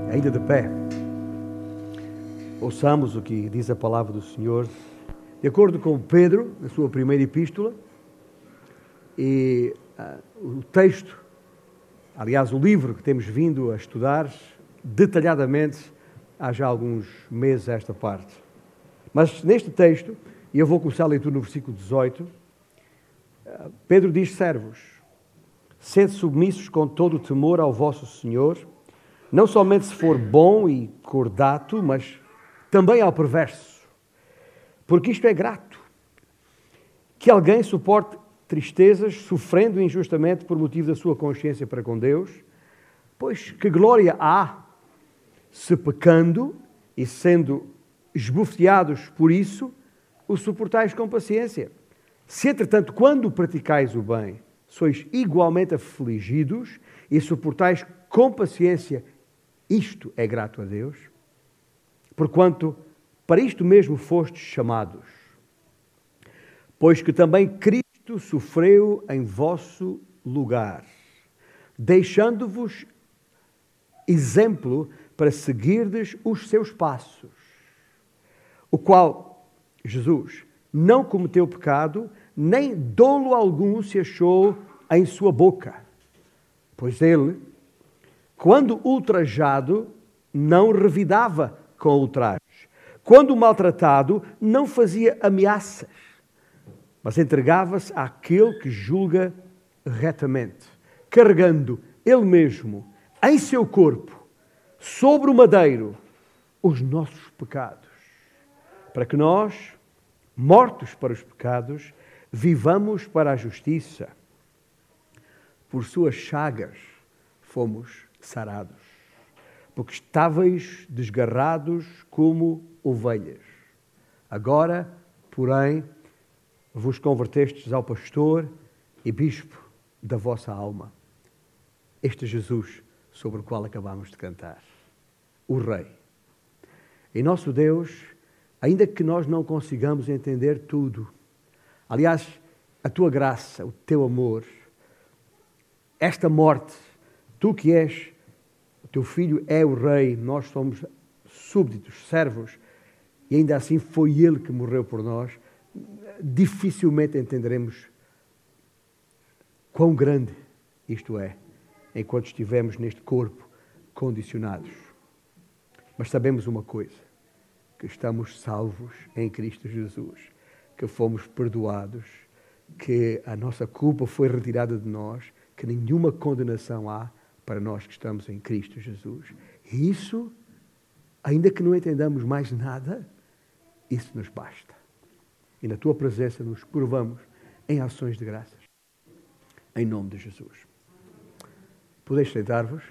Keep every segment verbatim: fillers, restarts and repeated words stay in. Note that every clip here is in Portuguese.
Ainda de pé, ouçamos o que diz a palavra do Senhor, de acordo com Pedro, na sua primeira epístola, e uh, o texto, aliás, o livro que temos vindo a estudar detalhadamente há já alguns meses a esta parte. Mas neste texto, e eu vou começar a leitura no versículo dezoito, uh, Pedro diz: servos, sede submissos com todo o temor ao vosso Senhor, não somente se for bom e cordato, mas também ao perverso. Porque isto é grato, que alguém suporte tristezas, sofrendo injustamente por motivo da sua consciência para com Deus, pois que glória há, se pecando e sendo esbofeteados por isso, o suportais com paciência. Se, entretanto, quando praticais o bem, sois igualmente afligidos e suportais com paciência, isto é grato a Deus, porquanto para isto mesmo fostes chamados, pois que também Cristo sofreu em vosso lugar, deixando-vos exemplo para seguirdes os seus passos, o qual, Jesus, não cometeu pecado, nem dolo algum se achou em sua boca, pois ele, quando ultrajado, não revidava com ultrajes. Quando maltratado, não fazia ameaças, mas entregava-se àquele que julga retamente, carregando ele mesmo em seu corpo, sobre o madeiro, os nossos pecados, para que nós, mortos para os pecados, vivamos para a justiça. Por suas chagas fomos sarados, porque estáveis desgarrados como ovelhas. Agora, porém, vos convertestes ao pastor e bispo da vossa alma. Este Jesus sobre o qual acabamos de cantar, o Rei. E nosso Deus, ainda que nós não consigamos entender tudo, aliás, a tua graça, o teu amor, esta morte, tu que és, o teu filho é o rei, nós somos súbditos, servos, e ainda assim foi ele que morreu por nós, dificilmente entenderemos quão grande isto é, enquanto estivermos neste corpo condicionados. Mas sabemos uma coisa, que estamos salvos em Cristo Jesus, que fomos perdoados, que a nossa culpa foi retirada de nós, que nenhuma condenação há para nós que estamos em Cristo Jesus. E isso, ainda que não entendamos mais nada, isso nos basta. E na tua presença nos curvamos em ações de graças. Em nome de Jesus. Podeis sentar-vos.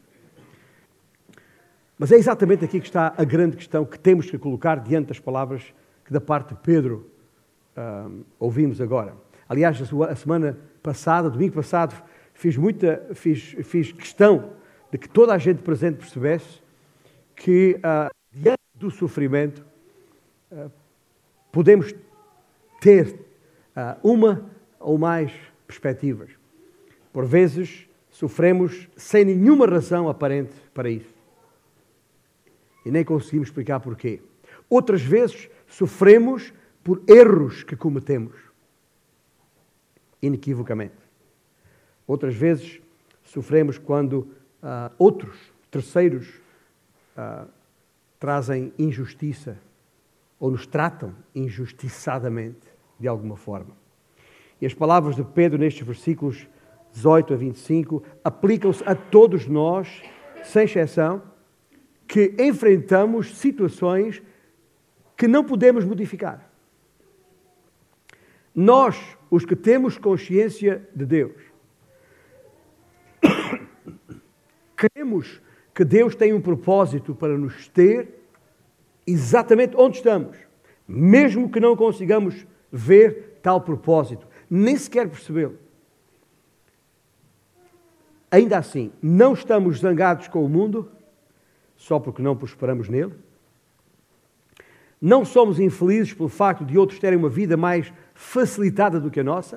Mas é exatamente aqui que está a grande questão que temos que colocar diante das palavras que da parte de Pedro um, ouvimos agora. Aliás, a semana passada, domingo passado, fiz, muita, fiz, fiz questão de que toda a gente presente percebesse que uh, diante do sofrimento uh, podemos ter uh, uma ou mais perspectivas. Por vezes sofremos sem nenhuma razão aparente para isso. E nem conseguimos explicar porquê. Outras vezes sofremos por erros que cometemos, inequivocamente. Outras vezes sofremos quando uh, outros, terceiros, uh, trazem injustiça ou nos tratam injustiçadamente de alguma forma. E as palavras de Pedro nestes versículos dezoito a vinte e cinco aplicam-se a todos nós, sem exceção, que enfrentamos situações que não podemos modificar. Nós, os que temos consciência de Deus, queremos que Deus tem um propósito para nos ter exatamente onde estamos, mesmo que não consigamos ver tal propósito, nem sequer percebê-lo. Ainda assim, não estamos zangados com o mundo, só porque não prosperamos nele. Não somos infelizes pelo facto de outros terem uma vida mais facilitada do que a nossa.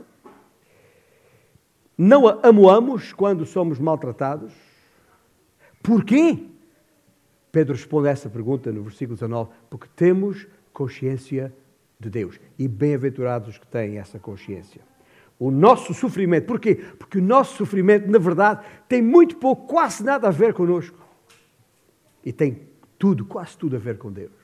Não a amoamos quando somos maltratados. Porquê? Pedro responde a essa pergunta no versículo dezanove, porque temos consciência de Deus. E bem-aventurados os que têm essa consciência. O nosso sofrimento, porquê? Porque o nosso sofrimento, na verdade, tem muito pouco, quase nada a ver connosco. E tem tudo, quase tudo a ver com Deus.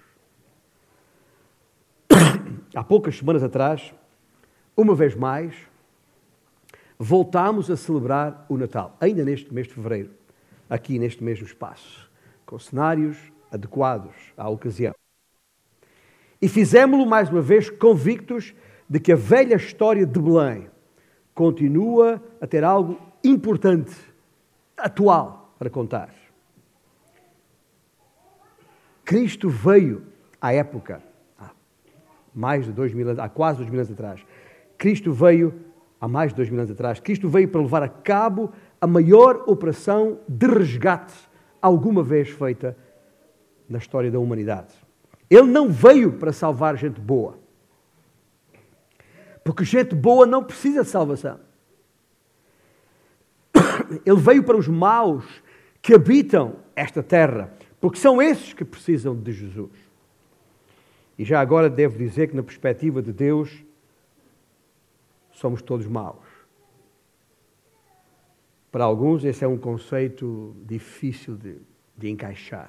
Há poucas semanas atrás, uma vez mais, voltámos a celebrar o Natal, ainda neste mês de fevereiro, aqui neste mesmo espaço, com cenários adequados à ocasião. E fizemos-lo mais uma vez convictos de que a velha história de Belém continua a ter algo importante, atual, para contar. Cristo veio à época, há mais de dois mil anos, há quase dois mil anos atrás. Cristo veio, há mais de dois mil anos atrás, Cristo veio para levar a cabo a maior operação de resgate alguma vez feita na história da humanidade. Ele não veio para salvar gente boa. Porque gente boa não precisa de salvação. Ele veio para os maus que habitam esta terra, porque são esses que precisam de Jesus. E já agora devo dizer que, na perspectiva de Deus, somos todos maus. Para alguns, esse é um conceito difícil de, de encaixar.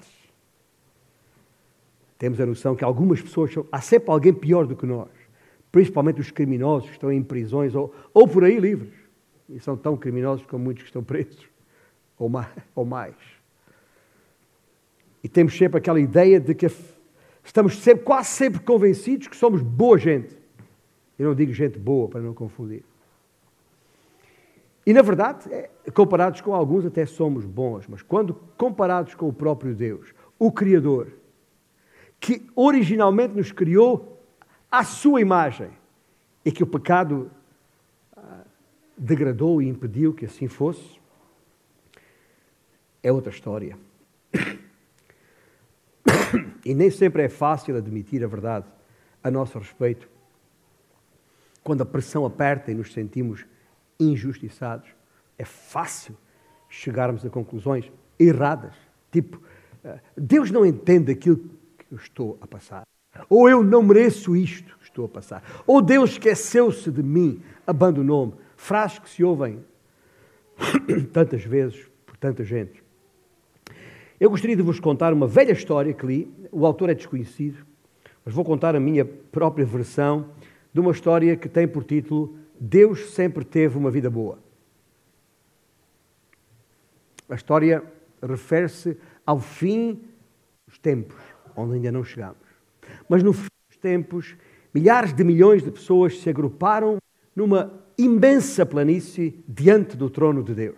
Temos a noção que algumas pessoas, há sempre alguém pior do que nós, principalmente os criminosos que estão em prisões ou, ou por aí livres. E são tão criminosos como muitos que estão presos, ou mais. Ou mais. E temos sempre aquela ideia de que estamos sempre, quase sempre convencidos que somos boa gente. Eu não digo gente boa, para não confundir. E, na verdade, comparados com alguns, até somos bons. Mas quando comparados com o próprio Deus, o Criador, que originalmente nos criou à sua imagem, e que o pecado degradou e impediu que assim fosse, é outra história. E nem sempre é fácil admitir a verdade a nosso respeito. Quando a pressão aperta e nos sentimos injustiçados, é fácil chegarmos a conclusões erradas. Tipo, Deus não entende aquilo que eu estou a passar. Ou eu não mereço isto que estou a passar. Ou Deus esqueceu-se de mim, abandonou-me. Frases que se ouvem tantas vezes por tanta gente. Eu gostaria de vos contar uma velha história que li. O autor é desconhecido, mas vou contar a minha própria versão de uma história que tem por título Deus sempre teve uma vida boa. A história refere-se ao fim dos tempos, onde ainda não chegamos. Mas no fim dos tempos, milhares de milhões de pessoas se agruparam numa imensa planície diante do trono de Deus.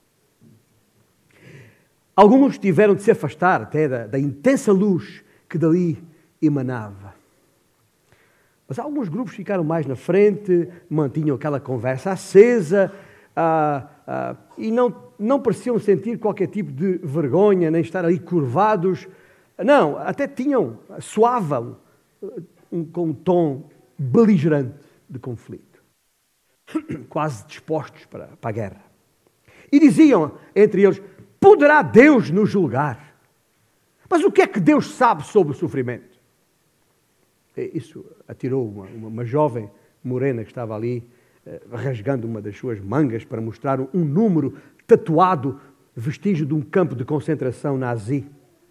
Alguns tiveram de se afastar até da, da intensa luz que dali emanava. Mas alguns grupos ficaram mais na frente, mantinham aquela conversa acesa ah, ah, e não, não pareciam sentir qualquer tipo de vergonha, nem estar ali curvados. Não, até tinham, soavam um, com um tom beligerante de conflito, quase dispostos para, para a guerra. E diziam entre eles, poderá Deus nos julgar? Mas o que é que Deus sabe sobre o sofrimento? Isso atirou uma, uma, uma jovem morena que estava ali, eh, rasgando uma das suas mangas para mostrar um, um número tatuado, vestígio de um campo de concentração nazi.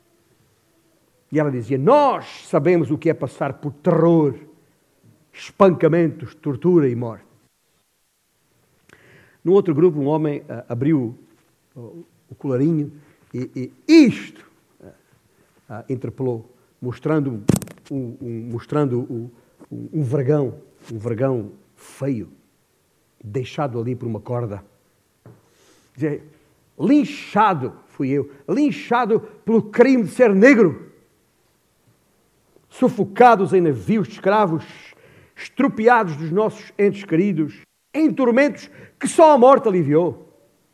E ela dizia, nós sabemos o que é passar por terror, espancamentos, tortura e morte. No outro grupo, um homem uh, abriu o, o colarinho e, e isto uh, uh, interpelou, mostrando, um, um, mostrando um, um, um vergão, um vergão feio, deixado ali por uma corda. Dizia, linchado fui eu, linchado pelo crime de ser negro. Sufocados em navios de escravos, estropiados dos nossos entes queridos, em tormentos que só a morte aliviou.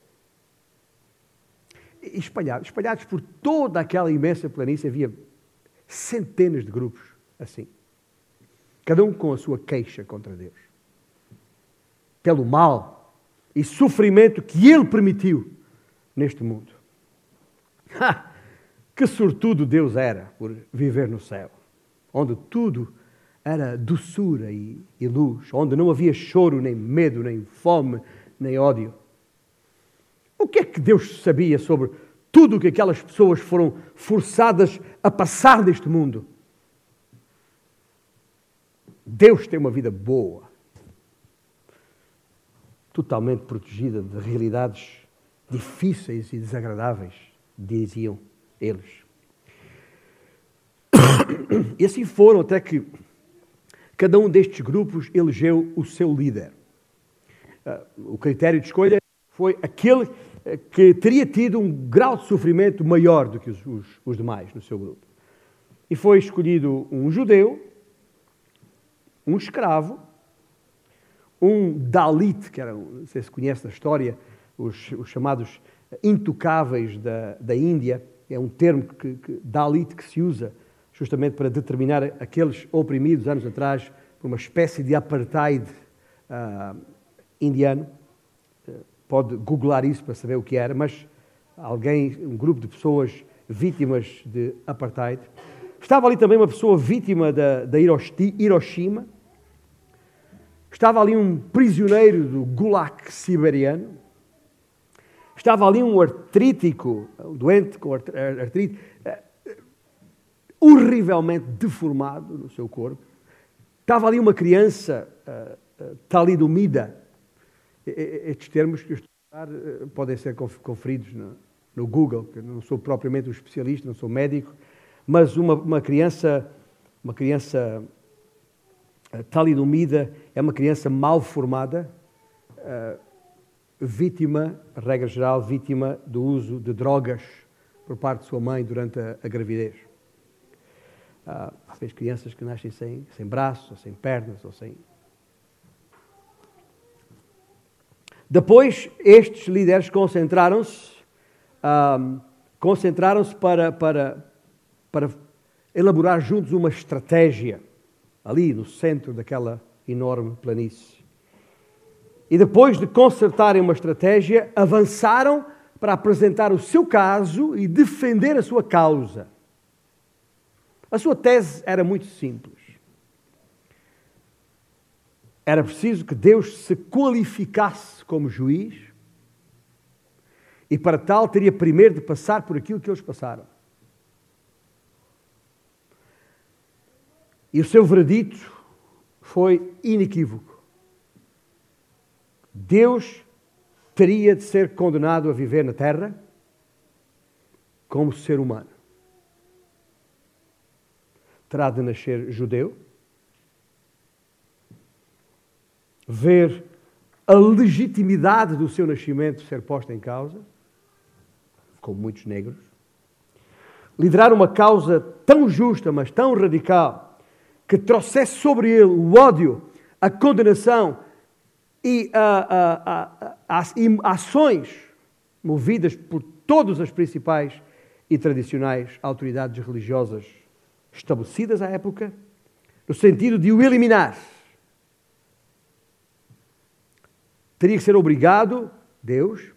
E espalhados, espalhados por toda aquela imensa planície, havia centenas de grupos assim. Cada um com a sua queixa contra Deus. Pelo mal e sofrimento que Ele permitiu neste mundo. Que sortudo Deus era por viver no céu, onde tudo era doçura e, e luz, onde não havia choro, nem medo, nem fome, nem ódio. O que é que Deus sabia sobre tudo o que aquelas pessoas foram forçadas a passar neste mundo? Deus tem uma vida boa, totalmente protegida de realidades difíceis e desagradáveis, diziam eles. E assim foram até que cada um destes grupos elegeu o seu líder. O critério de escolha foi aquele que teria tido um grau de sofrimento maior do que os, os, os demais no seu grupo. E foi escolhido um judeu, um escravo, um Dalit, que era, não sei se conhece da história, os, os chamados intocáveis da, da Índia, é um termo que, que, Dalit que se usa justamente para determinar aqueles oprimidos anos atrás por uma espécie de apartheid uh, indiano. Pode googlar isso para saber o que era, mas alguém, um grupo de pessoas vítimas de apartheid. Estava ali também uma pessoa vítima da, da Hiroshima. Estava ali um prisioneiro do Gulag siberiano. Estava ali um artrítico, um doente com artrite, horrivelmente deformado no seu corpo. Estava ali uma criança uh, talidomida. Estes termos que eu estou a usar podem ser conferidos no, no Google, que eu não sou propriamente um especialista, não sou médico, mas uma, uma criança, uma criança uh, talidomida é uma criança mal formada, uh, vítima, regra geral, vítima do uso de drogas por parte de sua mãe durante a, a gravidez. Uh, há vezes crianças que nascem sem, sem braços, ou sem pernas, ou sem... Depois, estes líderes concentraram-se um, concentraram-se para, para, para elaborar juntos uma estratégia, ali no centro daquela enorme planície. E depois de concertarem uma estratégia, avançaram para apresentar o seu caso e defender a sua causa. A sua tese era muito simples. Era preciso que Deus se qualificasse como juiz e para tal teria primeiro de passar por aquilo que eles passaram. E o seu veredito foi inequívoco. Deus teria de ser condenado a viver na terra como ser humano. Terá de nascer judeu, ver a legitimidade do seu nascimento ser posta em causa, como muitos negros, liderar uma causa tão justa, mas tão radical, que trouxesse sobre ele o ódio, a condenação e a, a, a, a, as ações movidas por todas as principais e tradicionais autoridades religiosas estabelecidas à época, no sentido de o eliminar. Teria que ser obrigado, Deus,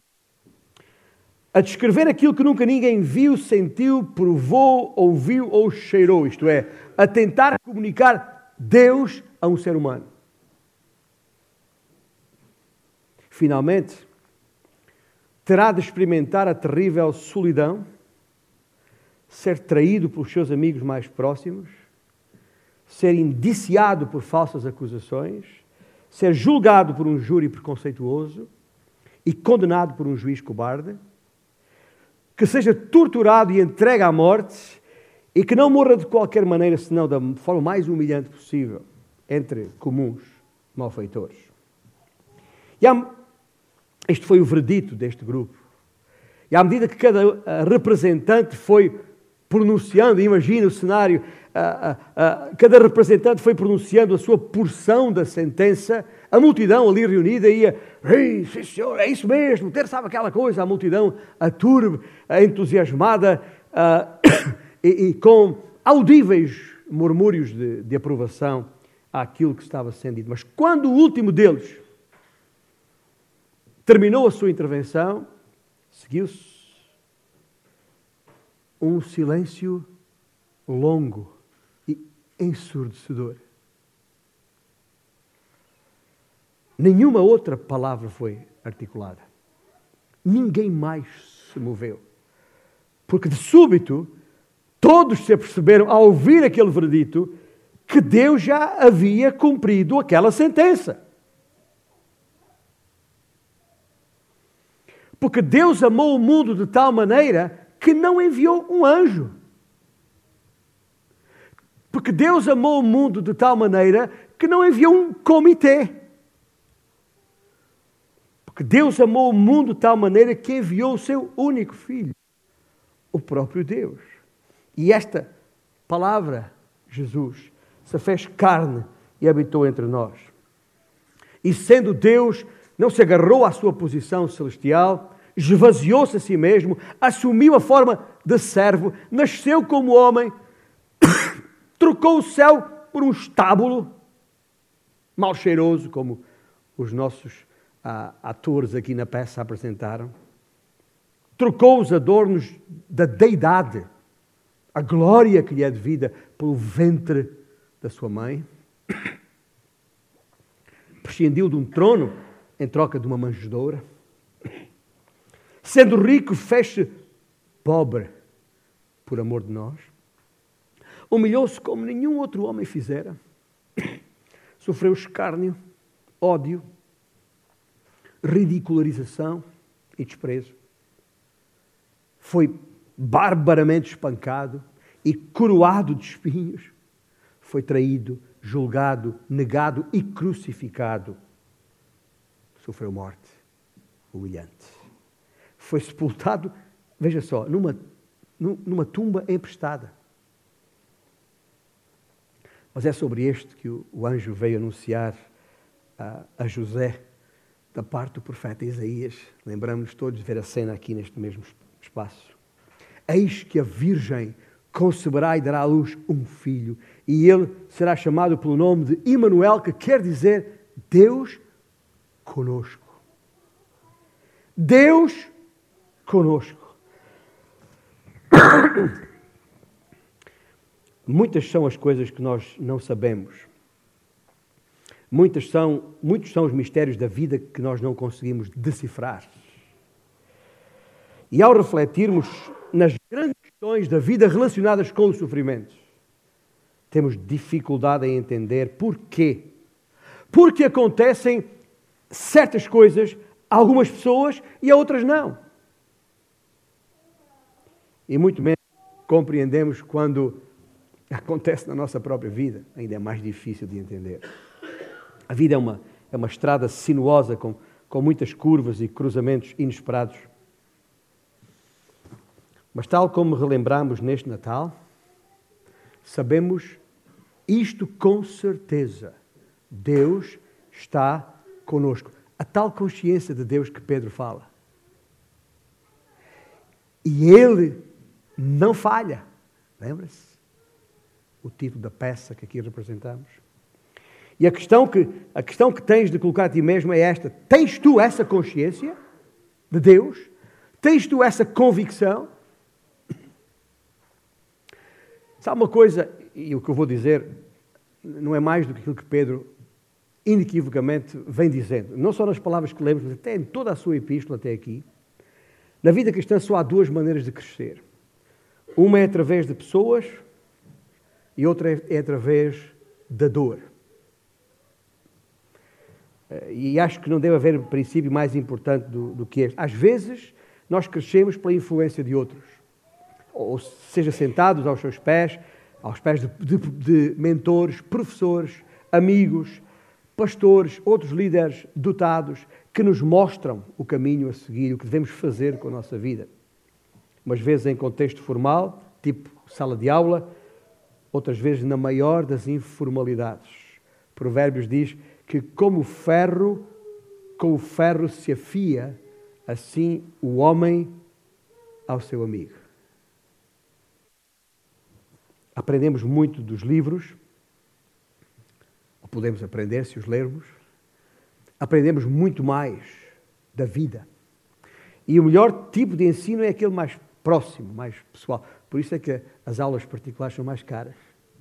a descrever aquilo que nunca ninguém viu, sentiu, provou, ouviu ou cheirou, isto é, a tentar comunicar Deus a um ser humano. Finalmente, terá de experimentar a terrível solidão, ser traído pelos seus amigos mais próximos, ser indiciado por falsas acusações, ser julgado por um júri preconceituoso e condenado por um juiz cobarde, que seja torturado e entregue à morte e que não morra de qualquer maneira, senão da forma mais humilhante possível, entre comuns malfeitores. E há, este foi o veredito deste grupo. E à medida que cada representante foi pronunciando, imagina o cenário, uh, uh, uh, cada representante foi pronunciando a sua porção da sentença, a multidão ali reunida ia, ei, sim senhor, é isso mesmo, ter sabe aquela coisa, a multidão, a turbe, a entusiasmada, uh, e, e com audíveis murmúrios de, de aprovação àquilo que estava sendo dito. Mas quando o último deles terminou a sua intervenção, seguiu-se um silêncio longo e ensurdecedor. Nenhuma outra palavra foi articulada. Ninguém mais se moveu. Porque de súbito, todos se aperceberam, ao ouvir aquele veredito, que Deus já havia cumprido aquela sentença. Porque Deus amou o mundo de tal maneira que não enviou um anjo. Porque Deus amou o mundo de tal maneira que não enviou um comitê. Porque Deus amou o mundo de tal maneira que enviou o seu único filho, o próprio Deus. E esta palavra, Jesus, se fez carne e habitou entre nós. E sendo Deus, não se agarrou à sua posição celestial, esvaziou-se a si mesmo, assumiu a forma de servo, nasceu como homem, trocou o céu por um estábulo mal cheiroso, como os nossos ah, atores aqui na peça apresentaram. Trocou os adornos da deidade, a glória que lhe é devida, pelo ventre da sua mãe. Prescindiu de um trono em troca de uma manjedoura. Sendo rico, fez-se pobre por amor de nós. Humilhou-se como nenhum outro homem fizera. Sofreu escárnio, ódio, ridicularização e desprezo. Foi barbaramente espancado e coroado de espinhos. Foi traído, julgado, negado e crucificado. Sofreu morte humilhante. Foi sepultado, veja só, numa, numa tumba emprestada. Mas é sobre este que o, o anjo veio anunciar a, a José, da parte do profeta Isaías. Lembramos-nos todos de ver a cena aqui neste mesmo espaço. Eis que a Virgem conceberá e dará à luz um filho, e ele será chamado pelo nome de Emanuel, que quer dizer Deus conosco. Deus conosco. Muitas são as coisas que nós não sabemos. Muitas são, muitos são os mistérios da vida que nós não conseguimos decifrar. E ao refletirmos nas grandes questões da vida relacionadas com o sofrimento, temos dificuldade em entender porquê. Porque acontecem certas coisas a algumas pessoas e a outras não. E muito menos compreendemos quando acontece na nossa própria vida. Ainda é mais difícil de entender. A vida é uma, é uma estrada sinuosa com, com muitas curvas e cruzamentos inesperados. Mas tal como relembramos neste Natal, sabemos isto com certeza. Deus está conosco. A tal consciência de Deus que Pedro fala. E Ele não falha. Lembra-se? O título da peça que aqui representamos. E a questão que, a questão que tens de colocar a ti mesmo é esta. Tens tu essa consciência de Deus? Tens tu essa convicção? Sabe uma coisa, e o que eu vou dizer não é mais do que aquilo que Pedro inequivocamente vem dizendo. Não só nas palavras que lemos, mas até em toda a sua epístola até aqui. Na vida cristã só há duas maneiras de crescer. Uma é através de pessoas e outra é através da dor. E acho que não deve haver princípio mais importante do, do que este. Às vezes, nós crescemos pela influência de outros. Ou seja, sentados aos seus pés, aos pés de, de, de mentores, professores, amigos, pastores, outros líderes dotados, que nos mostram o caminho a seguir, o que devemos fazer com a nossa vida. Umas vezes em contexto formal, tipo sala de aula, outras vezes na maior das informalidades. Provérbios diz que como o ferro, com o ferro se afia, assim o homem ao seu amigo. Aprendemos muito dos livros, ou podemos aprender se os lermos. Aprendemos muito mais da vida. E o melhor tipo de ensino é aquele mais próximo, mais pessoal. Por isso é que as aulas particulares são mais caras.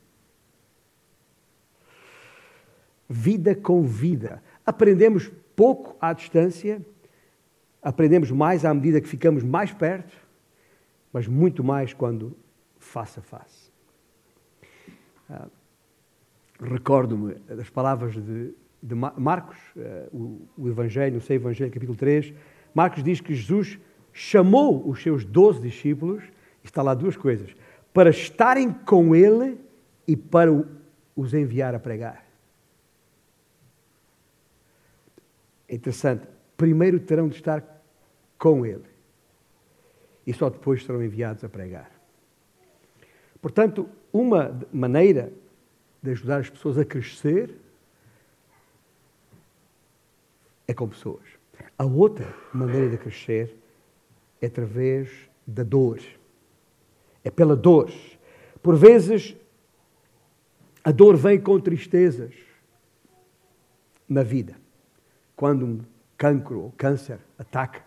Vida com vida. Aprendemos pouco à distância, aprendemos mais à medida que ficamos mais perto, mas muito mais quando face a face. Ah, recordo-me das palavras de, de Marcos, uh, o, o Evangelho, o seu Evangelho, capítulo três. Marcos diz que Jesus chamou os seus doze discípulos, e está lá duas coisas, para estarem com ele e para o, os enviar a pregar. É interessante. Primeiro terão de estar com ele e só depois serão enviados a pregar. Portanto, uma maneira de ajudar as pessoas a crescer é com pessoas. A outra maneira de crescer é através da dor. É pela dor. Por vezes, a dor vem com tristezas na vida. Quando um cancro ou câncer ataca.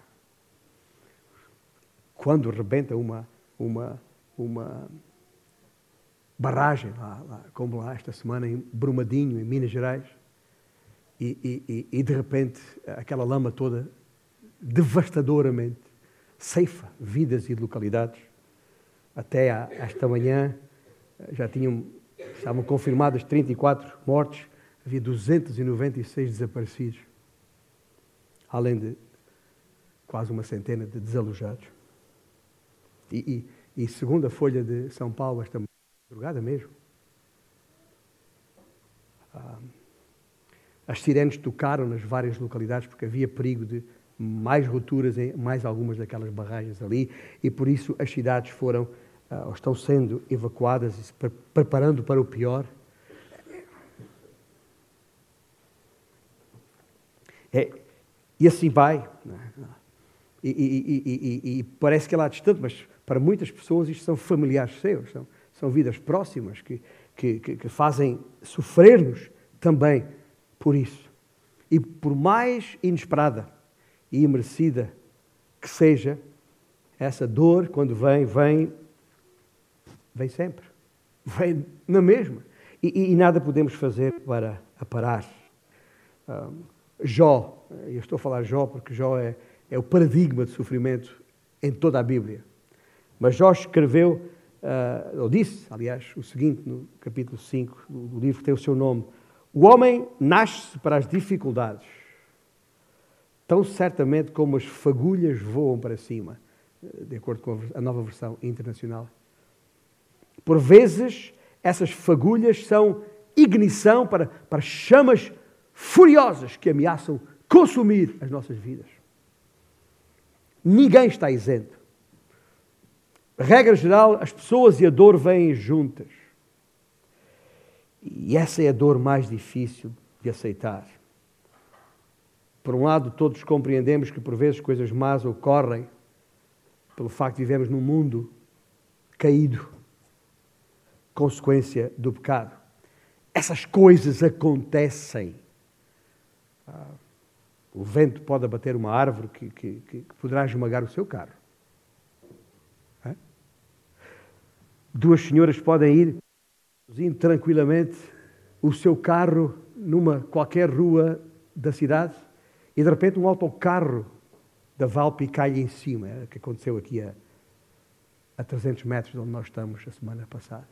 Quando rebenta uma, uma, uma barragem, lá, lá, como lá esta semana em Brumadinho, em Minas Gerais, e, e, e de repente aquela lama toda devastadoramente ceifa vidas e localidades. Até a, esta manhã já tinham, estavam confirmadas trinta e quatro mortes, havia duzentos e noventa e seis desaparecidos, além de quase uma centena de desalojados. E, e, e segundo a Folha de São Paulo, esta madrugada mesmo, ah, as sirenes tocaram nas várias localidades porque havia perigo de mais rupturas em mais algumas daquelas barragens ali, e por isso as cidades foram, ah, estão sendo evacuadas e se pre- preparando para o pior. É, e assim vai. E, e, e, e, e parece que é lá distante, mas para muitas pessoas isto são familiares seus, são, são vidas próximas que, que, que, que fazem sofrer-nos também por isso. E por mais inesperada e imerecida que seja, essa dor, quando vem, vem, vem sempre. Vem na mesma. E, e, e nada podemos fazer para a parar. Um, Jó, eu estou a falar Jó porque Jó é, é o paradigma de sofrimento em toda a Bíblia. Mas Jó escreveu, uh, ou disse, aliás, o seguinte no capítulo cinco do livro que tem o seu nome: o homem nasce para as dificuldades, tão certamente como as fagulhas voam para cima, de acordo com a nova versão internacional. Por vezes, essas fagulhas são ignição para, para chamas furiosas que ameaçam consumir as nossas vidas. Ninguém está isento. Regra geral, as pessoas e a dor vêm juntas. E essa é a dor mais difícil de aceitar. Por um lado, todos compreendemos que por vezes coisas más ocorrem pelo facto de vivemos num mundo caído, consequência do pecado. Essas coisas acontecem. Ah, o vento pode abater uma árvore que, que, que poderá esmagar o seu carro. É? Duas senhoras podem ir conduzindo tranquilamente o seu carro numa qualquer rua da cidade e de repente um autocarro da Valpi cai em cima, é o que aconteceu aqui a, a trezentos metros de onde nós estamos a semana passada.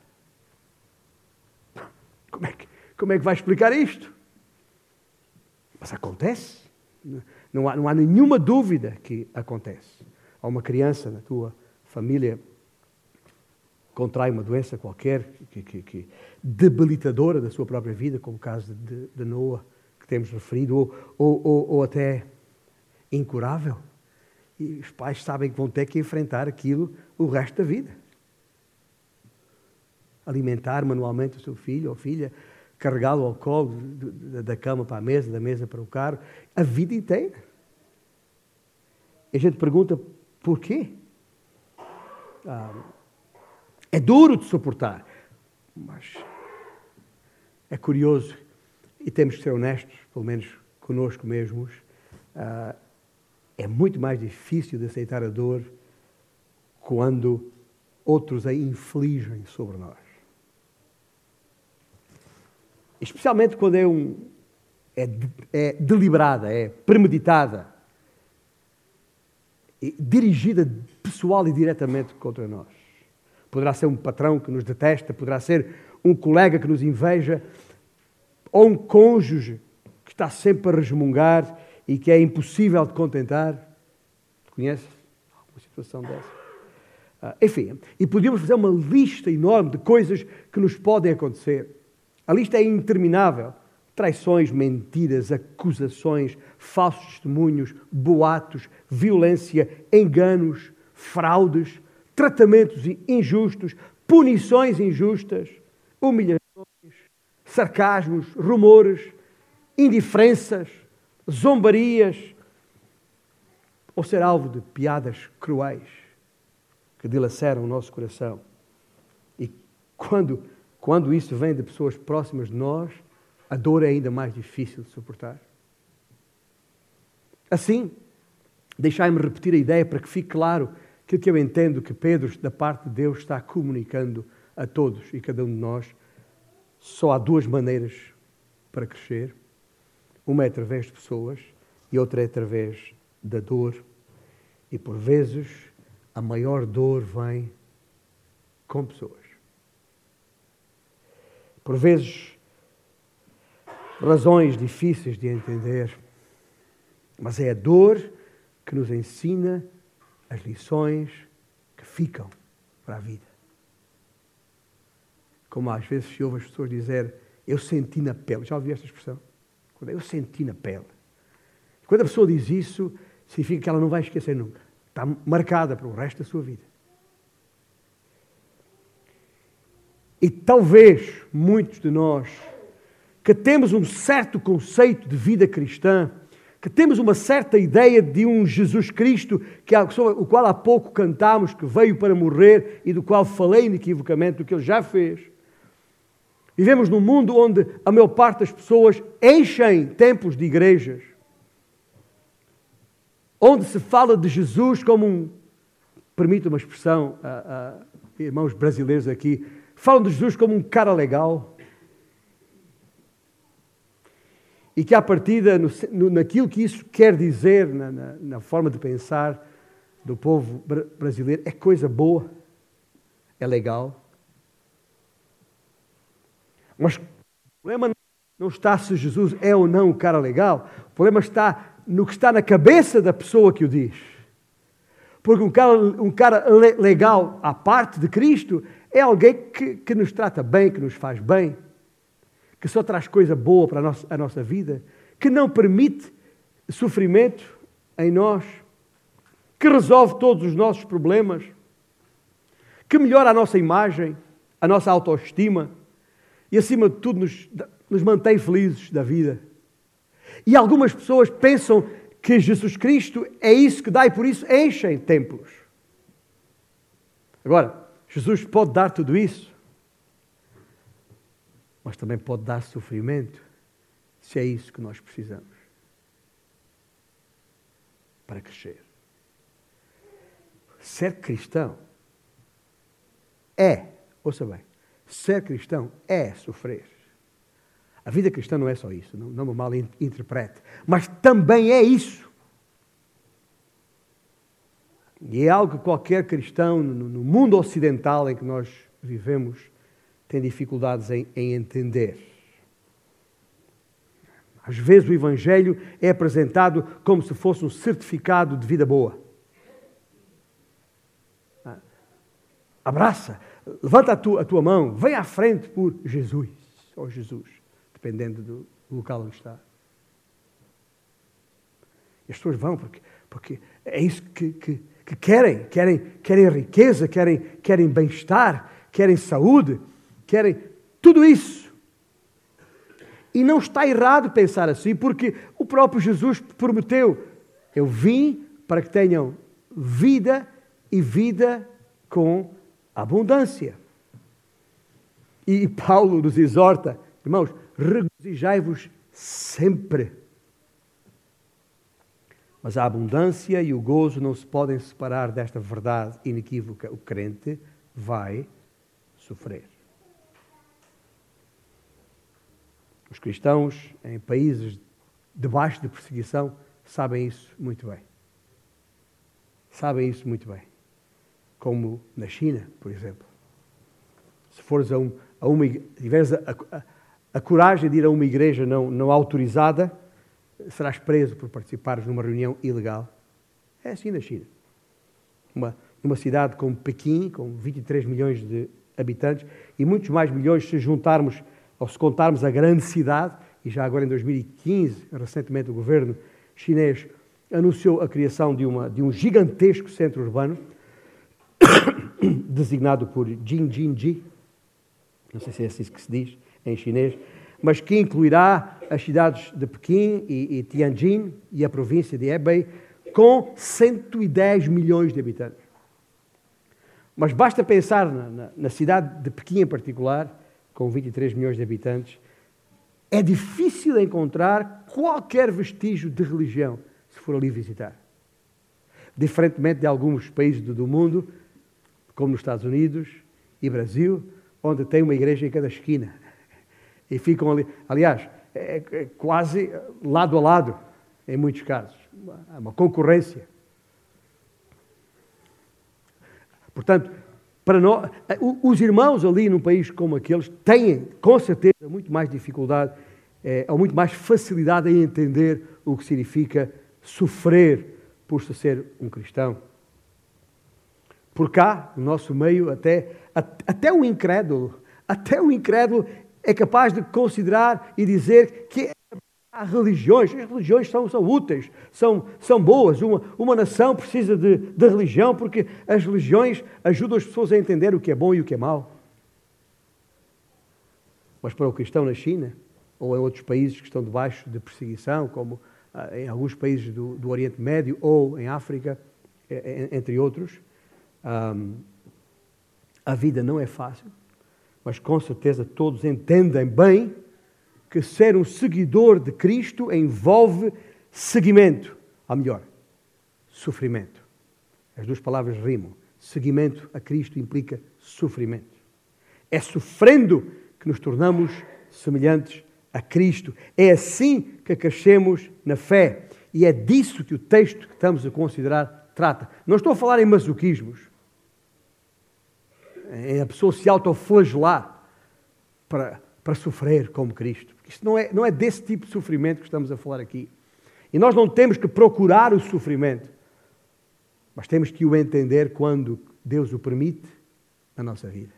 Como é que, como é que vai explicar isto? Mas acontece. Não há, não há nenhuma dúvida que acontece. Há uma criança na tua família contrai uma doença qualquer, que, que, que debilitadora da sua própria vida, como o caso de, de Noah, que temos referido, ou, ou, ou, ou até incurável. E os pais sabem que vão ter que enfrentar aquilo o resto da vida. Alimentar manualmente o seu filho ou filha, carregá-lo ao colo, da cama para a mesa, da mesa para o carro, a vida inteira. E a gente pergunta, porquê? Ah, é duro de suportar, mas é curioso, e temos que ser honestos, pelo menos conosco mesmos, ah, é muito mais difícil de aceitar a dor quando outros a infligem sobre nós. Especialmente quando é, um, é, é deliberada, é premeditada, é dirigida pessoal e diretamente contra nós. Poderá ser um patrão que nos detesta, poderá ser um colega que nos inveja, ou um cônjuge que está sempre a resmungar e que é impossível de contentar. Conhece uma situação dessa? Ah, enfim, e podíamos fazer uma lista enorme de coisas que nos podem acontecer. A lista é interminável. Traições, mentiras, acusações, falsos testemunhos, boatos, violência, enganos, fraudes, tratamentos injustos, punições injustas, humilhações, sarcasmos, rumores, indiferenças, zombarias, ou ser alvo de piadas cruéis que dilaceram o nosso coração. E quando, quando isso vem de pessoas próximas de nós, a dor é ainda mais difícil de suportar. Assim, deixai-me repetir a ideia para que fique claro aquilo que eu entendo que Pedro, da parte de Deus, está comunicando a todos e cada um de nós. Só há duas maneiras para crescer. Uma é através de pessoas e outra é através da dor. E por vezes a maior dor vem com pessoas. Por vezes razões difíceis de entender, mas é a dor que nos ensina as lições que ficam para a vida. Como às vezes se ouve as pessoas dizer, eu senti na pele. Já ouvi esta expressão? Eu senti na pele. Quando a pessoa diz isso, significa que ela não vai esquecer nunca. Está marcada para o resto da sua vida. E talvez muitos de nós, que temos um certo conceito de vida cristã, que temos uma certa ideia de um Jesus Cristo, que o qual há pouco cantámos, que veio para morrer e do qual falei inequivocamente do que ele já fez. Vivemos num mundo onde a maior parte das pessoas enchem templos de igrejas, onde se fala de Jesus como um, permita uma expressão, a, a, irmãos brasileiros aqui, falam de Jesus como um cara legal, e que à partida, no, no, naquilo que isso quer dizer, na, na, na forma de pensar do povo brasileiro, é coisa boa, é legal. Mas o problema não está se Jesus é ou não um cara legal, o problema está no que está na cabeça da pessoa que o diz. Porque um cara, um cara legal à parte de Cristo é alguém que, que nos trata bem, que nos faz bem, que só traz coisa boa para a nossa, a nossa vida, que não permite sofrimento em nós, que resolve todos os nossos problemas, que melhora a nossa imagem, a nossa autoestima e, acima de tudo, nos, nos mantém felizes da vida. E algumas pessoas pensam que Jesus Cristo é isso que dá e por isso enchem templos. Agora, Jesus pode dar tudo isso, mas também pode dar sofrimento, se é isso que nós precisamos para crescer. Ser cristão é, ouça bem, ser cristão é sofrer. A vida cristã não é só isso, não, não me mal interprete, mas também é isso. E é algo que qualquer cristão no, no mundo ocidental em que nós vivemos tem dificuldades em, em entender. Às vezes o Evangelho é apresentado como se fosse um certificado de vida boa. Abraça, levanta a tua, a tua mão, vem à frente por Jesus, ou Jesus, dependendo do local onde está. E as pessoas vão porque, porque é isso que, que, que querem, querem, querem riqueza, querem, querem bem-estar, querem saúde, querem tudo isso. E não está errado pensar assim, porque o próprio Jesus prometeu, eu vim para que tenham vida e vida com abundância. E Paulo nos exorta, irmãos, regozijai-vos sempre. Mas a abundância e o gozo não se podem separar desta verdade inequívoca. O crente vai sofrer. Os cristãos em países debaixo de perseguição sabem isso muito bem. Sabem isso muito bem. Como na China, por exemplo. Se fores a, um, a uma tiveres a, a, a coragem de ir a uma igreja não, não autorizada, serás preso por participares numa reunião ilegal. É assim na China. Uma, uma cidade como Pequim, com vinte e três milhões de habitantes, e muitos mais milhões se juntarmos, ou se contarmos a grande cidade, e já agora em dois mil e quinze, recentemente o governo chinês anunciou a criação de, uma, de um gigantesco centro urbano, designado por Jingjinji, não sei se é assim que se diz em chinês, mas que incluirá as cidades de Pequim e, e Tianjin e a província de Hebei, com cento e dez milhões de habitantes. Mas basta pensar na, na, na cidade de Pequim em particular, com vinte e três milhões de habitantes, é difícil encontrar qualquer vestígio de religião, se for ali visitar. Diferentemente de alguns países do, do mundo, como nos Estados Unidos e Brasil, onde tem uma igreja em cada esquina. E ficam ali, aliás, é, é quase lado a lado, em muitos casos. Há uma concorrência. Portanto, para nós, os irmãos ali num país como aqueles têm, com certeza, muito mais dificuldade, é, ou muito mais facilidade em entender o que significa sofrer por se ser um cristão. Por cá, no nosso meio, até, até o incrédulo, até o incrédulo é capaz de considerar e dizer que há religiões, as religiões são, são úteis, são, são boas, uma, uma nação precisa de, de religião porque as religiões ajudam as pessoas a entender o que é bom e o que é mau. Mas para o cristão na China, ou em outros países que estão debaixo de perseguição, como ah, em alguns países do, do Oriente Médio ou em África, entre outros, ah, a vida não é fácil. Mas com certeza todos entendem bem que ser um seguidor de Cristo envolve seguimento, ou melhor, sofrimento. As duas palavras rimam. Seguimento a Cristo implica sofrimento. É sofrendo que nos tornamos semelhantes a Cristo. É assim que crescemos na fé. E é disso que o texto que estamos a considerar trata. Não estou a falar em masoquismos. É a pessoa se autoflagelar para, para sofrer como Cristo. Porque isto não é, não é desse tipo de sofrimento que estamos a falar aqui. E nós não temos que procurar o sofrimento, mas temos que o entender quando Deus o permite na nossa vida.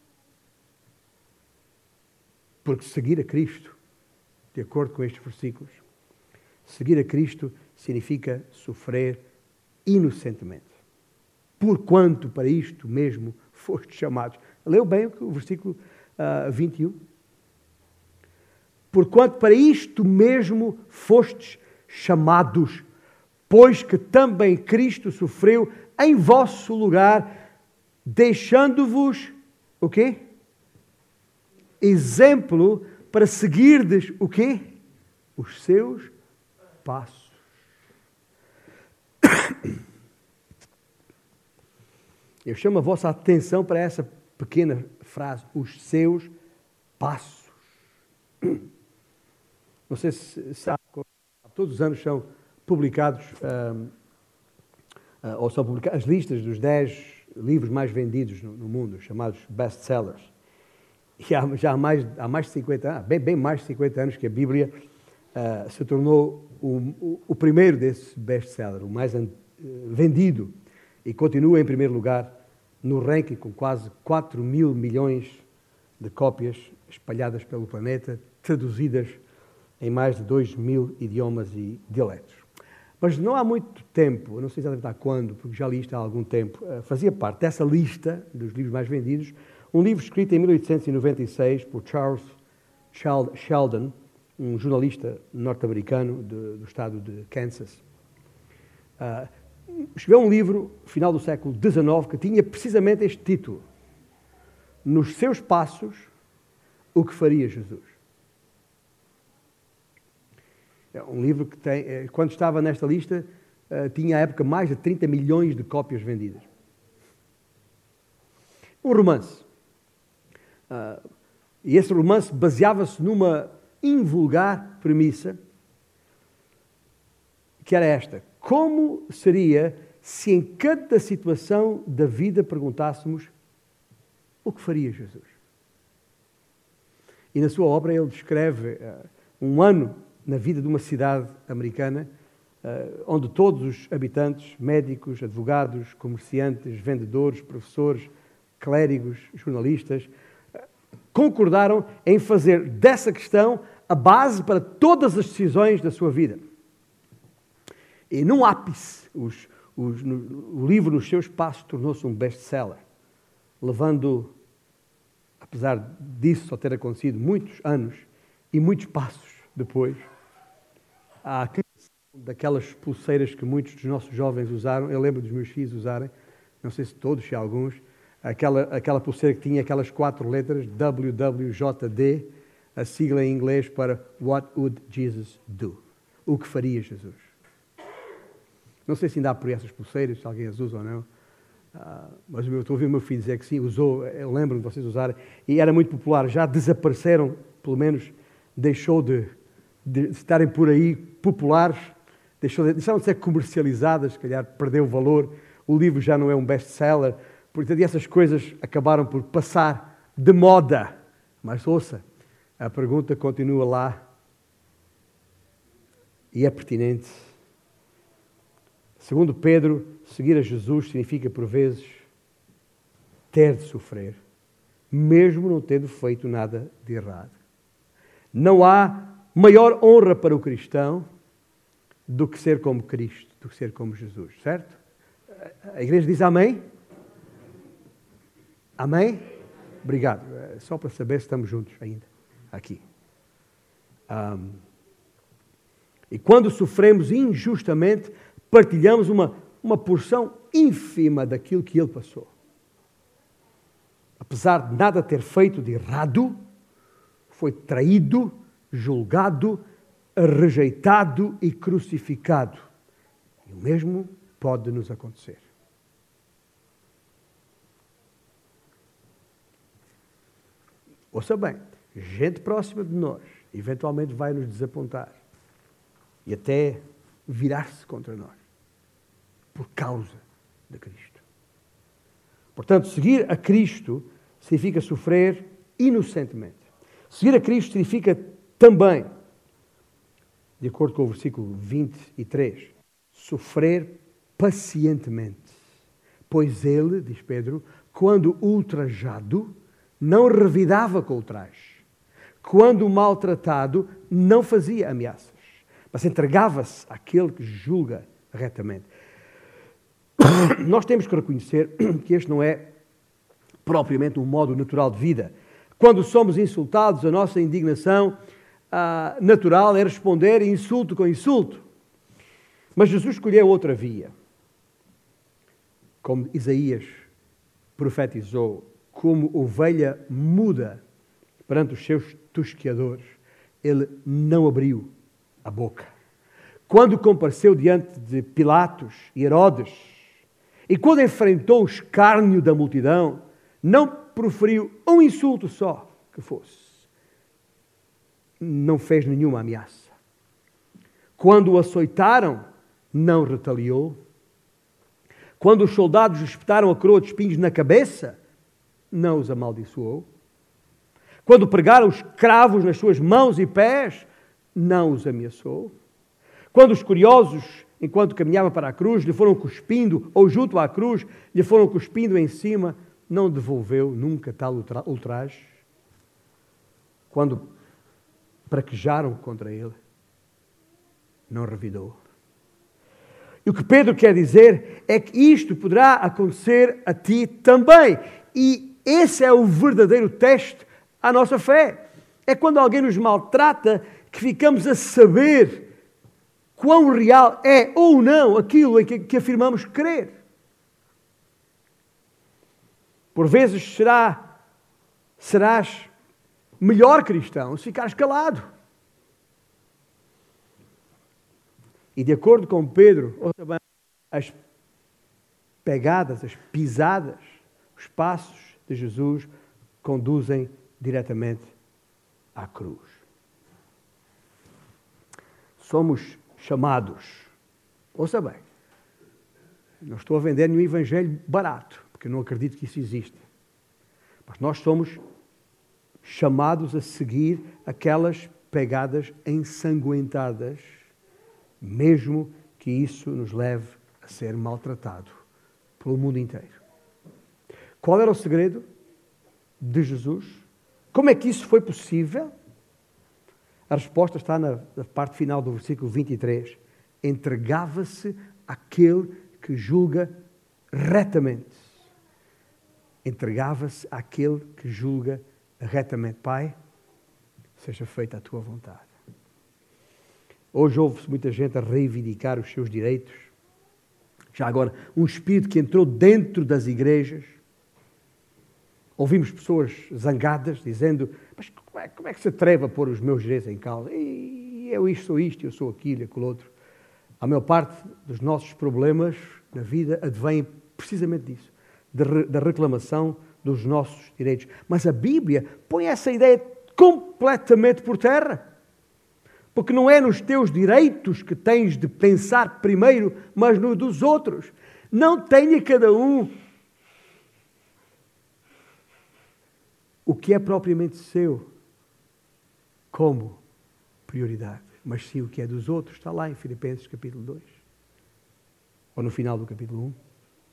Porque seguir a Cristo, de acordo com estes versículos, seguir a Cristo significa sofrer inocentemente. Porquanto para isto mesmo fostes chamados. Leu bem o versículo uh, vinte e um? Porquanto para isto mesmo fostes chamados, pois que também Cristo sofreu em vosso lugar, deixando-vos o quê? Exemplo para seguirdes o quê? Os seus passos. Eu chamo a vossa atenção para essa pequena frase, os seus passos. Não sei se sabe, todos os anos são publicados, um, uh, ou são publicadas as listas dos dez livros mais vendidos no, no mundo, chamados best-sellers. E há, já há mais, há mais de cinquenta anos, bem, bem mais de cinquenta anos que a Bíblia uh, se tornou o, o, o primeiro desses best-sellers, o mais uh, vendido. E continua em primeiro lugar no ranking com quase quatro mil milhões de cópias espalhadas pelo planeta, traduzidas em mais de dois mil idiomas e dialetos. Mas não há muito tempo, eu não sei exatamente há quando, porque já li isto há algum tempo, fazia parte dessa lista dos livros mais vendidos, um livro escrito em mil oitocentos e noventa e seis por Charles Sheldon, um jornalista norte-americano de, do estado de Kansas. Uh, Escreveu um livro, final do século dezenove, que tinha precisamente este título: Nos seus passos, o que faria Jesus? É um livro que tem, quando estava nesta lista, uh, tinha à época mais de trinta milhões de cópias vendidas. Um romance. Uh, e esse romance baseava-se numa invulgar premissa, que era esta: como seria se em cada situação da vida perguntássemos o que faria Jesus? E na sua obra ele descreve uh, um ano na vida de uma cidade americana, uh, onde todos os habitantes, médicos, advogados, comerciantes, vendedores, professores, clérigos, jornalistas, uh, concordaram em fazer dessa questão a base para todas as decisões da sua vida. E num ápice, os, os, no, o livro, nos seus passos, tornou-se um best-seller, levando, apesar disso só ter acontecido muitos anos e muitos passos depois, à criação daquelas pulseiras que muitos dos nossos jovens usaram. Eu lembro dos meus filhos usarem, não sei se todos, se alguns, aquela, aquela pulseira que tinha aquelas quatro letras, W W J D, a sigla em inglês para What Would Jesus Do? O que faria Jesus? Não sei se ainda há por essas pulseiras, se alguém as usa ou não, uh, mas eu estou a ouvir o meu filho dizer que sim, usou, eu lembro de vocês usarem, e era muito popular. Já desapareceram, pelo menos deixou de, de estarem por aí populares, deixou de, deixaram de ser comercializadas, se calhar perdeu o valor, o livro já não é um best-seller, portanto essas coisas acabaram por passar de moda. Mas ouça, a pergunta continua lá e é pertinente. Segundo Pedro, seguir a Jesus significa, por vezes, ter de sofrer, mesmo não tendo feito nada de errado. Não há maior honra para o cristão do que ser como Cristo, do que ser como Jesus, certo? A igreja diz amém? Amém? Obrigado. Só para saber se estamos juntos ainda, aqui. Um, e quando sofremos injustamente, partilhamos uma, uma porção ínfima daquilo que ele passou. Apesar de nada ter feito de errado, foi traído, julgado, rejeitado e crucificado. E o mesmo pode nos acontecer. Ouça bem, gente próxima de nós eventualmente vai nos desapontar e até virar-se contra nós, por causa de Cristo. Portanto, seguir a Cristo significa sofrer inocentemente. Seguir a Cristo significa também, de acordo com o versículo vinte e três, sofrer pacientemente. Pois ele, diz Pedro, quando ultrajado, não revidava com ultraje. Quando maltratado, não fazia ameaças, mas entregava-se àquele que julga retamente. Nós temos que reconhecer que este não é propriamente um modo natural de vida. Quando somos insultados, a nossa indignação ah, natural é responder insulto com insulto. Mas Jesus escolheu outra via. Como Isaías profetizou, como ovelha muda perante os seus tosqueadores, ele não abriu a boca. Quando compareceu diante de Pilatos e Herodes, e quando enfrentou o escárnio da multidão, não proferiu um insulto só que fosse. Não fez nenhuma ameaça. Quando o açoitaram, não retaliou. Quando os soldados lhe espetaram a coroa de espinhos na cabeça, não os amaldiçoou. Quando pregaram os cravos nas suas mãos e pés, não os ameaçou. Quando os curiosos, enquanto caminhava para a cruz, lhe foram cuspindo, ou junto à cruz, lhe foram cuspindo em cima, não devolveu nunca tal ultraje. Quando praquejaram contra ele, não revidou. E o que Pedro quer dizer é que isto poderá acontecer a ti também. E esse é o verdadeiro teste à nossa fé. É quando alguém nos maltrata que ficamos a saber quão real é ou não aquilo em que, que afirmamos crer. Por vezes será, serás melhor cristão se ficares calado. E de acordo com Pedro, as pegadas, as pisadas, os passos de Jesus conduzem diretamente à cruz. Somos chamados, ouça bem, não estou a vender nenhum evangelho barato, porque eu não acredito que isso exista, mas nós somos chamados a seguir aquelas pegadas ensanguentadas, mesmo que isso nos leve a ser maltratado pelo mundo inteiro. Qual era o segredo de Jesus? Como é que isso foi possível? A resposta está na, na parte final do versículo vinte e três. Entregava-se àquele que julga retamente. Entregava-se àquele que julga retamente. Pai, seja feita a tua vontade. Hoje ouve-se muita gente a reivindicar os seus direitos. Já agora, um espírito que entrou dentro das igrejas. Ouvimos pessoas zangadas dizendo, mas como é, como é que se atreve a pôr os meus direitos em causa? E eu isto sou isto, eu sou aquilo e aquilo outro. A maior parte dos nossos problemas na vida advém precisamente disso, da reclamação dos nossos direitos. Mas a Bíblia põe essa ideia completamente por terra. Porque não é nos teus direitos que tens de pensar primeiro, mas no dos outros. Não tenha cada um o que é propriamente seu como prioridade, mas sim o que é dos outros. Está lá em Filipenses capítulo dois. Ou no final do capítulo um.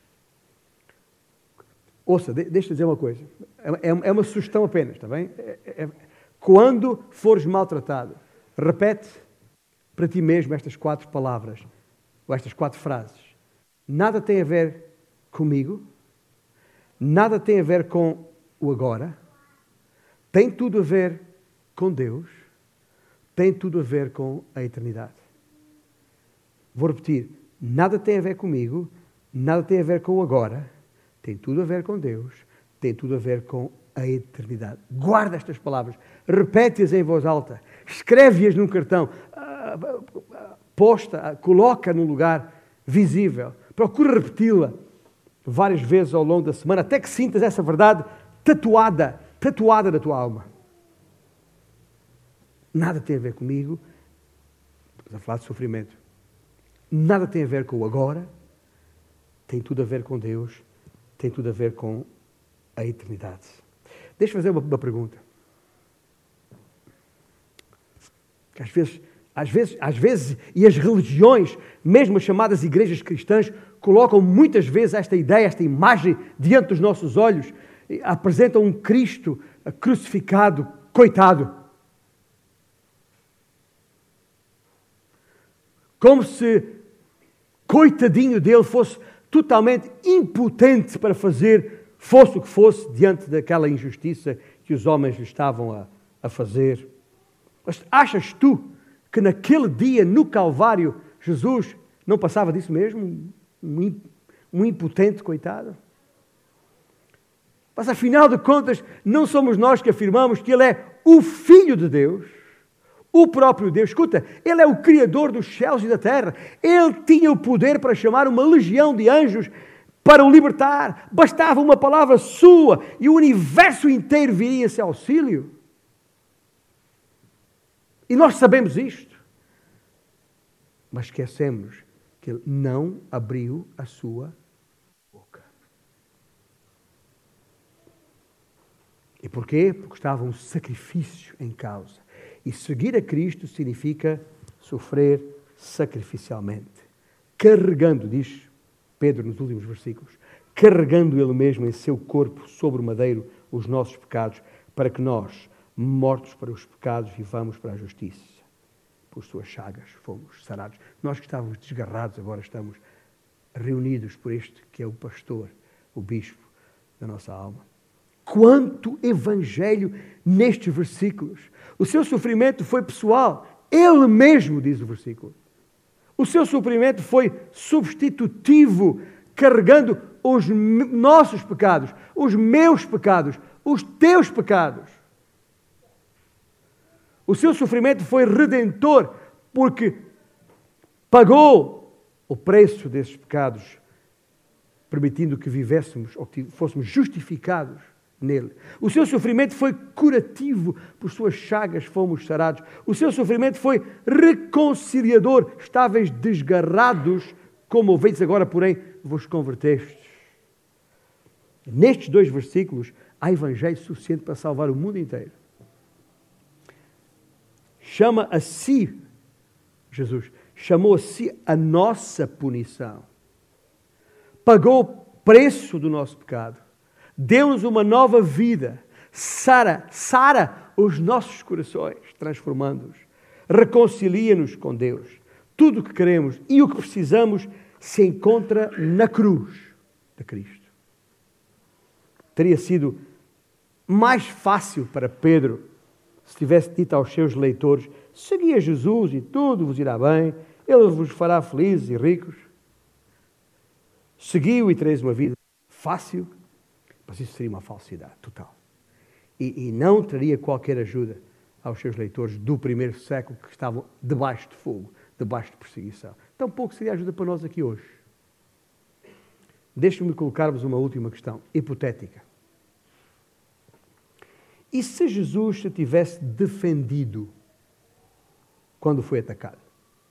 Ouça, deixa-te dizer uma coisa. É, é uma sugestão apenas, está bem? É, é, quando fores maltratado, repete para ti mesmo estas quatro palavras, ou estas quatro frases. Nada tem a ver comigo, nada tem a ver com o agora, tem tudo a ver com Deus, tem tudo a ver com a eternidade. Vou repetir, nada tem a ver comigo, nada tem a ver com o agora, tem tudo a ver com Deus, tem tudo a ver com a eternidade. Guarda estas palavras, repete-as em voz alta, escreve-as num cartão, posta, coloca num lugar visível, procura repeti-la várias vezes ao longo da semana, até que sintas essa verdade tatuada, tatuada na tua alma. Nada tem a ver comigo, estamos a falar de sofrimento, nada tem a ver com o agora, tem tudo a ver com Deus, tem tudo a ver com a eternidade. Deixa-me fazer uma, uma pergunta. Às vezes, às vezes, às vezes, e as religiões, mesmo as chamadas igrejas cristãs, colocam muitas vezes esta ideia, esta imagem diante dos nossos olhos, apresentam um Cristo crucificado, coitado. Como se, coitadinho dele, fosse totalmente impotente para fazer, fosse o que fosse, diante daquela injustiça que os homens lhe estavam a, a fazer. Mas achas tu que naquele dia, no Calvário, Jesus não passava disso mesmo? Um, um impotente coitado? Mas afinal de contas, não somos nós que afirmamos que Ele é o Filho de Deus, o próprio Deus. Escuta, Ele é o Criador dos céus e da terra. Ele tinha o poder para chamar uma legião de anjos para o libertar. Bastava uma palavra sua e o universo inteiro viria a seu auxílio. E nós sabemos isto. Mas esquecemos que Ele não abriu a sua boca. E porquê? Porque estava um sacrifício em causa. E seguir a Cristo significa sofrer sacrificialmente. Carregando, diz Pedro nos últimos versículos, carregando Ele mesmo em seu corpo sobre o madeiro os nossos pecados, para que nós, mortos para os pecados, vivamos para a justiça. Por suas chagas fomos sarados. Nós que estávamos desgarrados, agora estamos reunidos por este que é o pastor, o bispo da nossa alma. Quanto evangelho nestes versículos. O seu sofrimento foi pessoal. Ele mesmo, diz o versículo. O seu sofrimento foi substitutivo, carregando os nossos pecados, os meus pecados, os teus pecados. O seu sofrimento foi redentor, porque pagou o preço desses pecados, permitindo que vivêssemos ou que fôssemos justificados nele. O seu sofrimento foi curativo, por suas chagas fomos sarados. O seu sofrimento foi reconciliador. Estáveis desgarrados como ovelhas, agora, porém, vos convertestes. Nestes dois versículos, há evangelho suficiente para salvar o mundo inteiro. Chama a si, Jesus, chamou a si a nossa punição. Pagou o preço do nosso pecado. Deu-nos uma nova vida. Sara, sara os nossos corações, transformando-os. Reconcilia-nos com Deus. Tudo o que queremos e o que precisamos se encontra na cruz de Cristo. Teria sido mais fácil para Pedro se tivesse dito aos seus leitores: segui a Jesus e tudo vos irá bem, Ele vos fará felizes e ricos. Seguiu e tereis uma vida fácil, mas isso seria uma falsidade total. E, e não teria qualquer ajuda aos seus leitores do primeiro século que estavam debaixo de fogo, debaixo de perseguição. Tampouco seria ajuda para nós aqui hoje. Deixe-me colocar-vos uma última questão, hipotética. E se Jesus se tivesse defendido quando foi atacado?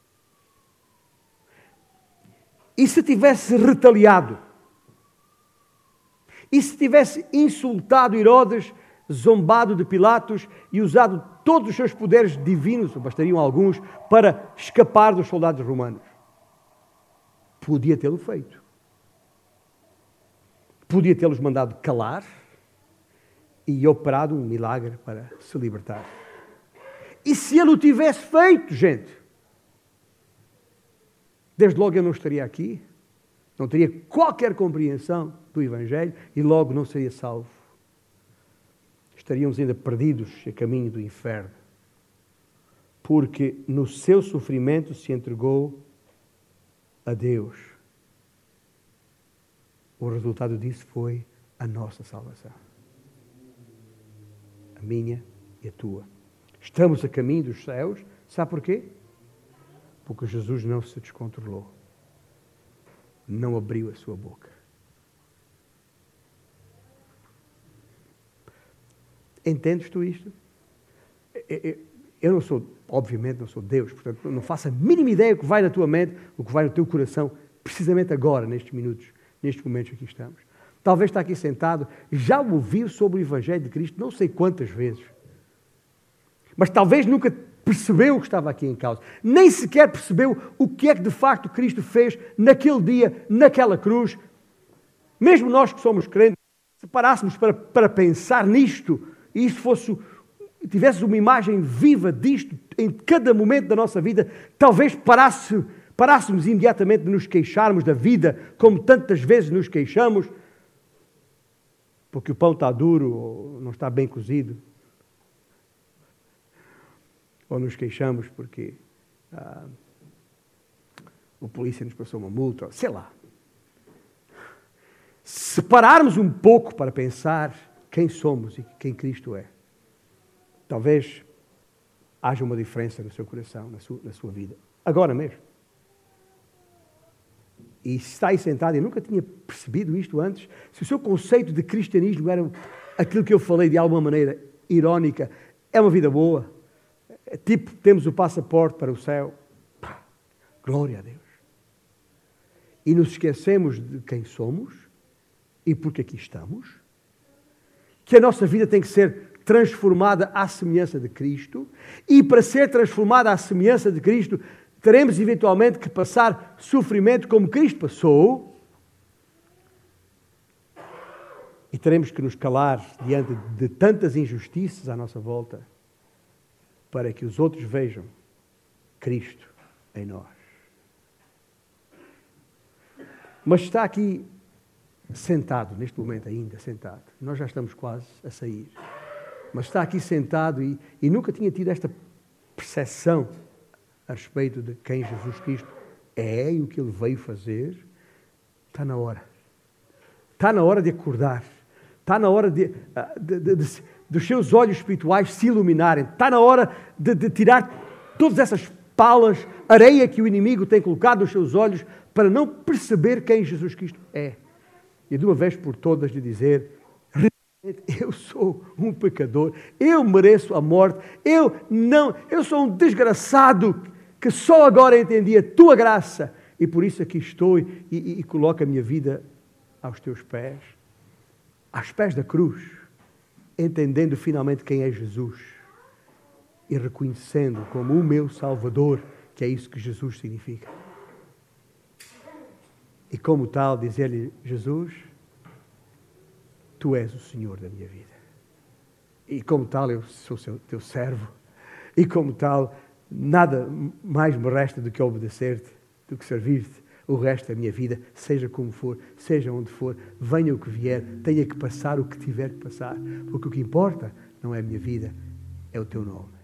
E se tivesse retaliado? E se tivesse insultado Herodes, zombado de Pilatos e usado todos os seus poderes divinos, ou bastariam alguns, para escapar dos soldados romanos? Podia tê-lo feito. Podia tê-los mandado calar e operado um milagre para se libertar. E se ele o tivesse feito, gente? Desde logo eu não estaria aqui, não teria qualquer compreensão do Evangelho e logo não seria salvo. Estaríamos ainda perdidos a caminho do inferno. Porque no seu sofrimento se entregou a Deus. O resultado disso foi a nossa salvação. A minha e a tua. Estamos a caminho dos céus. Sabe porquê? Porque Jesus não se descontrolou. Não abriu a sua boca. Entendes tu isto? Eu não sou, obviamente, não sou Deus, portanto, não faço a mínima ideia o que vai na tua mente, o que vai no teu coração, precisamente agora, nestes minutos, nestes momentos que aqui estamos. Talvez está aqui sentado, já ouviu sobre o Evangelho de Cristo não sei quantas vezes, mas talvez nunca percebeu o que estava aqui em causa, nem sequer percebeu o que é que de facto Cristo fez naquele dia, naquela cruz. Mesmo nós que somos crentes, se parássemos para, para pensar nisto, e isso fosse, tivesse uma imagem viva disto em cada momento da nossa vida, talvez parasse, parássemos imediatamente de nos queixarmos da vida, como tantas vezes nos queixamos, porque o pão está duro ou não está bem cozido. Ou nos queixamos porque ah, o polícia nos passou uma multa, sei lá. Se pararmos um pouco para pensar quem somos e quem Cristo é, talvez haja uma diferença no seu coração, na sua, na sua vida. Agora mesmo. E se está aí sentado e nunca tinha percebido isto antes, se o seu conceito de cristianismo era aquilo que eu falei de alguma maneira irónica, é uma vida boa, é tipo, temos o passaporte para o céu, pá, glória a Deus. E nos esquecemos de quem somos e porque aqui estamos, que a nossa vida tem que ser transformada à semelhança de Cristo, e para ser transformada à semelhança de Cristo, teremos eventualmente que passar sofrimento como Cristo passou, e teremos que nos calar diante de tantas injustiças à nossa volta, para que os outros vejam Cristo em nós. Mas está aqui sentado, neste momento ainda sentado, nós já estamos quase a sair, mas está aqui sentado e, e nunca tinha tido esta percepção a respeito de quem Jesus Cristo é e o que Ele veio fazer. Está na hora. Está na hora de acordar. Está na hora de, de, de, de dos seus olhos espirituais se iluminarem. Está na hora de, de tirar todas essas palas, areia que o inimigo tem colocado nos seus olhos para não perceber quem Jesus Cristo é. E de uma vez por todas lhe dizer, eu sou um pecador, eu mereço a morte, eu não, eu sou um desgraçado que só agora entendi a tua graça e por isso aqui estou e, e, e coloco a minha vida aos teus pés, aos pés da cruz, entendendo finalmente quem é Jesus e reconhecendo como o meu Salvador, que é isso que Jesus significa. E como tal dizer-lhe, Jesus, tu és o Senhor da minha vida. E como tal eu sou seu, teu servo. E como tal, nada mais me resta do que obedecer-te, do que servir-te o resto da minha vida, seja como for, seja onde for, venha o que vier, tenha que passar o que tiver que passar. Porque o que importa não é a minha vida, é o teu nome.